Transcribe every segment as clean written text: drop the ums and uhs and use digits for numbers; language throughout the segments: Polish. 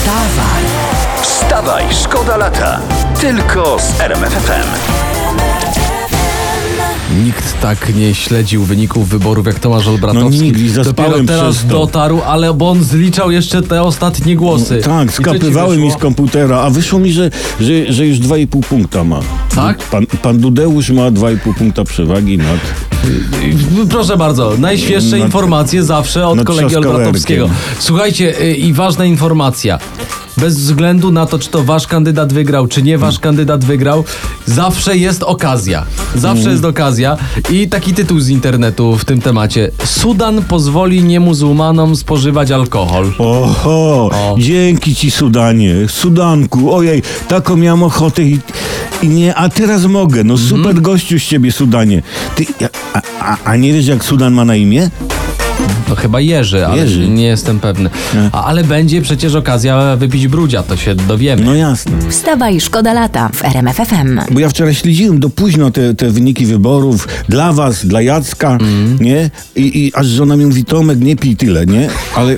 Wstawaj, szkoda lata. Tylko z RMF FM. Nikt tak nie śledził wyników wyborów jak Tomasz Olbratowski. Nikt, i zaspałem dopiero teraz przez to. dotarł, bo on zliczał jeszcze te ostatnie głosy. Tak, skapywały mi z komputera, a wyszło mi, że już 2,5 punkta ma. Tak? Pan Dudeusz ma 2,5 punkta przewagi nad... Proszę bardzo, najświeższe informacje zawsze od kolegi Olbratowskiego. Słuchajcie, i ważna informacja. Bez względu na to, czy to wasz kandydat wygrał, czy nie wasz kandydat wygrał, zawsze jest okazja. Zawsze jest okazja. I taki tytuł z internetu w tym temacie. Sudan pozwoli niemuzułmanom spożywać alkohol. Oho, dzięki ci Sudanie, Sudanku, ojej, taką miałem ochotę i nie, a teraz mogę, no super gościu z ciebie Sudanie. Ty, a nie wiesz jak Sudan ma na imię? No chyba Jerzy, ale nie jestem pewny. Ale będzie przecież okazja wypić brudzia, to się dowiemy. No jasne. Wstawaj, szkoda lata w RMF FM. Bo ja wczoraj śledziłem do późno te wyniki wyborów dla was, dla Jacka, nie? I aż żona mi mówi, Tomek, nie pij tyle, nie? Ale...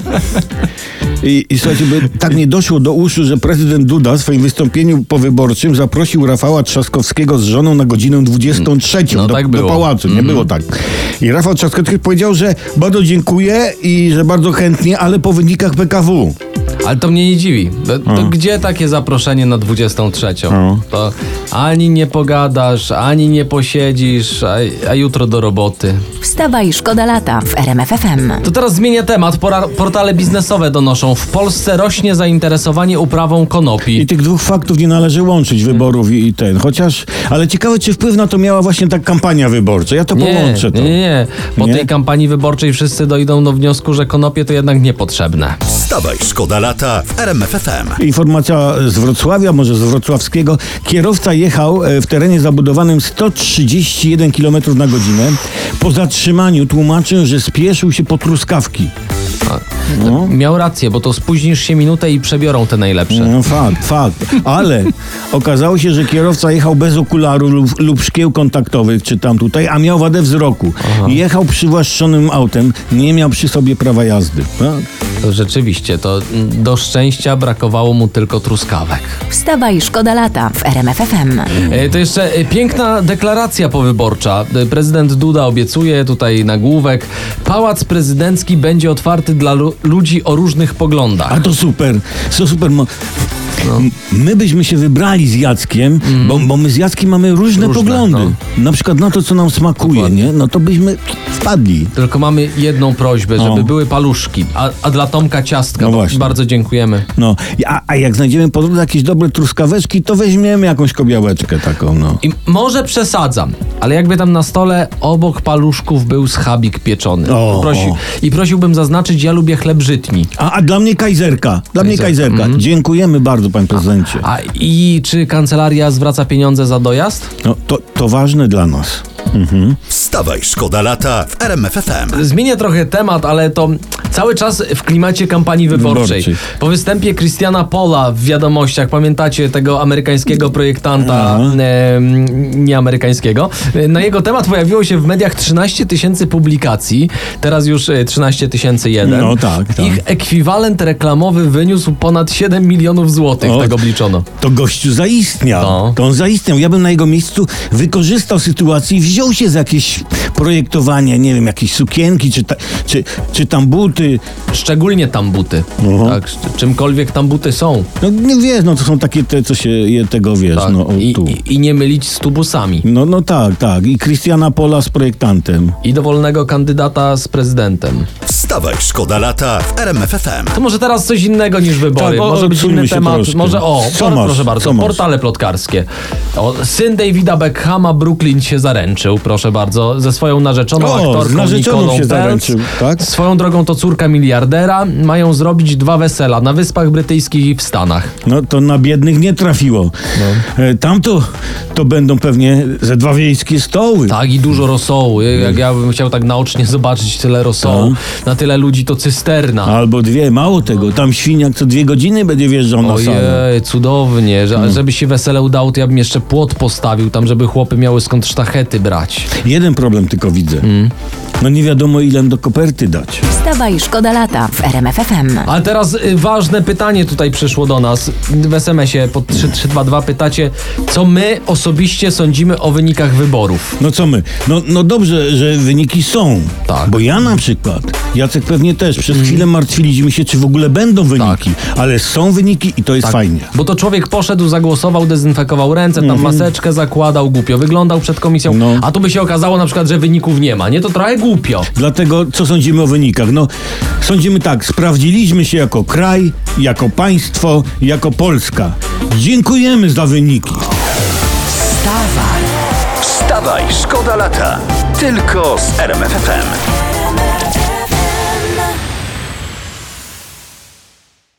I słuchajcie, bo tak nie doszło do uszu, że prezydent Duda w swoim wystąpieniu powyborczym zaprosił Rafała Trzaskowskiego z żoną na godzinę 23 do pałacu. Nie było tak. I Rafał Trzaskowski powiedział, że bardzo dziękuję i że bardzo chętnie, ale po wynikach PKW. Ale to mnie nie dziwi. To gdzie takie zaproszenie na 23? To ani nie pogadasz, ani nie posiedzisz, a jutro do roboty. Wstawaj, szkoda lata w RMF FM. To teraz zmienię temat. Portale biznesowe donoszą. W Polsce rośnie zainteresowanie uprawą konopi. I tych dwóch faktów nie należy łączyć, wyborów i ten. Chociaż, ale ciekawe, czy wpływ na to miała właśnie ta kampania wyborcza. Ja to połączę. Nie. Po tej kampanii wyborczej wszyscy dojdą do wniosku, że konopie to jednak niepotrzebne. Wstawaj, szkoda lata w RMF FM. Informacja z Wrocławia, może z wrocławskiego. Kierowca jechał w terenie zabudowanym 131 km na godzinę. Po zatrzymaniu tłumaczył, że spieszył się po truskawki. Miał rację, bo to spóźnisz się minutę i przebiorą te najlepsze. No fakt. Ale okazało się, że kierowca jechał bez okularu lub szkieł kontaktowych, czytam tutaj, a miał wadę wzroku. Jechał przywłaszczonym autem, nie miał przy sobie prawa jazdy. To rzeczywiście, to do szczęścia brakowało mu tylko truskawek. Wstawaj, szkoda lata w RMF FM. To jeszcze piękna deklaracja powyborcza. Prezydent Duda obiecuje, tutaj nagłówek, Pałac Prezydencki będzie otwarty dla ludzi o różnych poglądach. A to super. My byśmy się wybrali z Jackiem, bo my z Jackiem mamy różne poglądy. Na przykład na to, co nam smakuje, nie? No to byśmy wpadli. Tylko mamy jedną prośbę, żeby były paluszki, a dla Tomka ciastka. Bardzo dziękujemy. A jak znajdziemy po drodze jakieś dobre truskaweczki, to weźmiemy jakąś kobiałeczkę taką, I może przesadzam, ale jakby tam na stole obok paluszków był schabik pieczony. Prosiłbym zaznaczyć, ja lubię chleb żytni. A dla mnie kajzerka. Dziękujemy bardzo, panie prezydencie. I czy kancelaria zwraca pieniądze za dojazd? No, to ważne dla nas. Wstawaj, szkoda lata w RMF FM. Zmienię trochę temat, ale to cały czas w klimacie kampanii wyborczej. Po występie Christiana Paula w Wiadomościach, pamiętacie tego amerykańskiego projektanta, nie amerykańskiego, na jego temat pojawiło się w mediach 13 000 publikacji, teraz już 13 001. No tak. Ich ekwiwalent reklamowy wyniósł ponad 7 milionów złotych, tak obliczono. To gościu zaistniał. To on zaistniał. Ja bym na jego miejscu wykorzystał sytuację i wziął się za jakieś projektowanie, nie wiem, jakieś sukienki, czy tam buty. Szczególnie tam buty. Tak, czymkolwiek tam buty są. No nie wiesz, to są takie te, co się je tego wiesz. Tak. I nie mylić z tubusami. No tak. I Christiana Paula z projektantem. I dowolnego kandydata z prezydentem. Wstawaj, szkoda lata w RMF FM. To może teraz coś innego niż wybory. Może być inny temat. Troszkę. Może proszę bardzo, portale plotkarskie. Syn Davida Beckhama, Brooklyn, się zaręczył, proszę bardzo, ze swoją narzeczoną aktorką Nicolą Peltz. Tak? Swoją drogą to córka miliardera. Mają zrobić 2 wesela na Wyspach Brytyjskich i w Stanach. No to na biednych nie trafiło. Tam to będą pewnie ze 2 wiejskie stoły. Tak, i dużo rosołu. Jak ja bym chciał tak naocznie zobaczyć tyle rosołu, na tyle ludzi to cysterna. Albo 2, mało tego. Tam świniak co 2 godziny będzie wjeżdżał na salę. Ojej, cudownie. Żeby się wesele udało, to ja bym jeszcze płot postawił tam, żeby chłopy miały skąd sztachety brać. Jeden problem tylko widzę. No nie wiadomo, ile do koperty dać. Wstawaj, szkoda lata w RMF FM. Ale teraz ważne pytanie tutaj przyszło do nas. W SMS-ie pod 3322 pytacie, co my osobiście sądzimy o wynikach wyborów. No co my? No dobrze, że wyniki są. Tak. Bo ja na przykład, Jacek pewnie też, przez chwilę martwiliśmy się, czy w ogóle będą wyniki. Ale są wyniki i to jest fajnie. Bo to człowiek poszedł, zagłosował, dezynfekował ręce, tam maseczkę zakładał, głupio wyglądał przed komisją. No. A tu by się okazało na przykład, że wyników nie ma. Nie, to trochę głupio. Dlatego, co sądzimy o wynikach? No, sądzimy tak, sprawdziliśmy się jako kraj, jako państwo, jako Polska. Dziękujemy za wyniki. Wstawaj, szkoda lata. Tylko z RMF FM.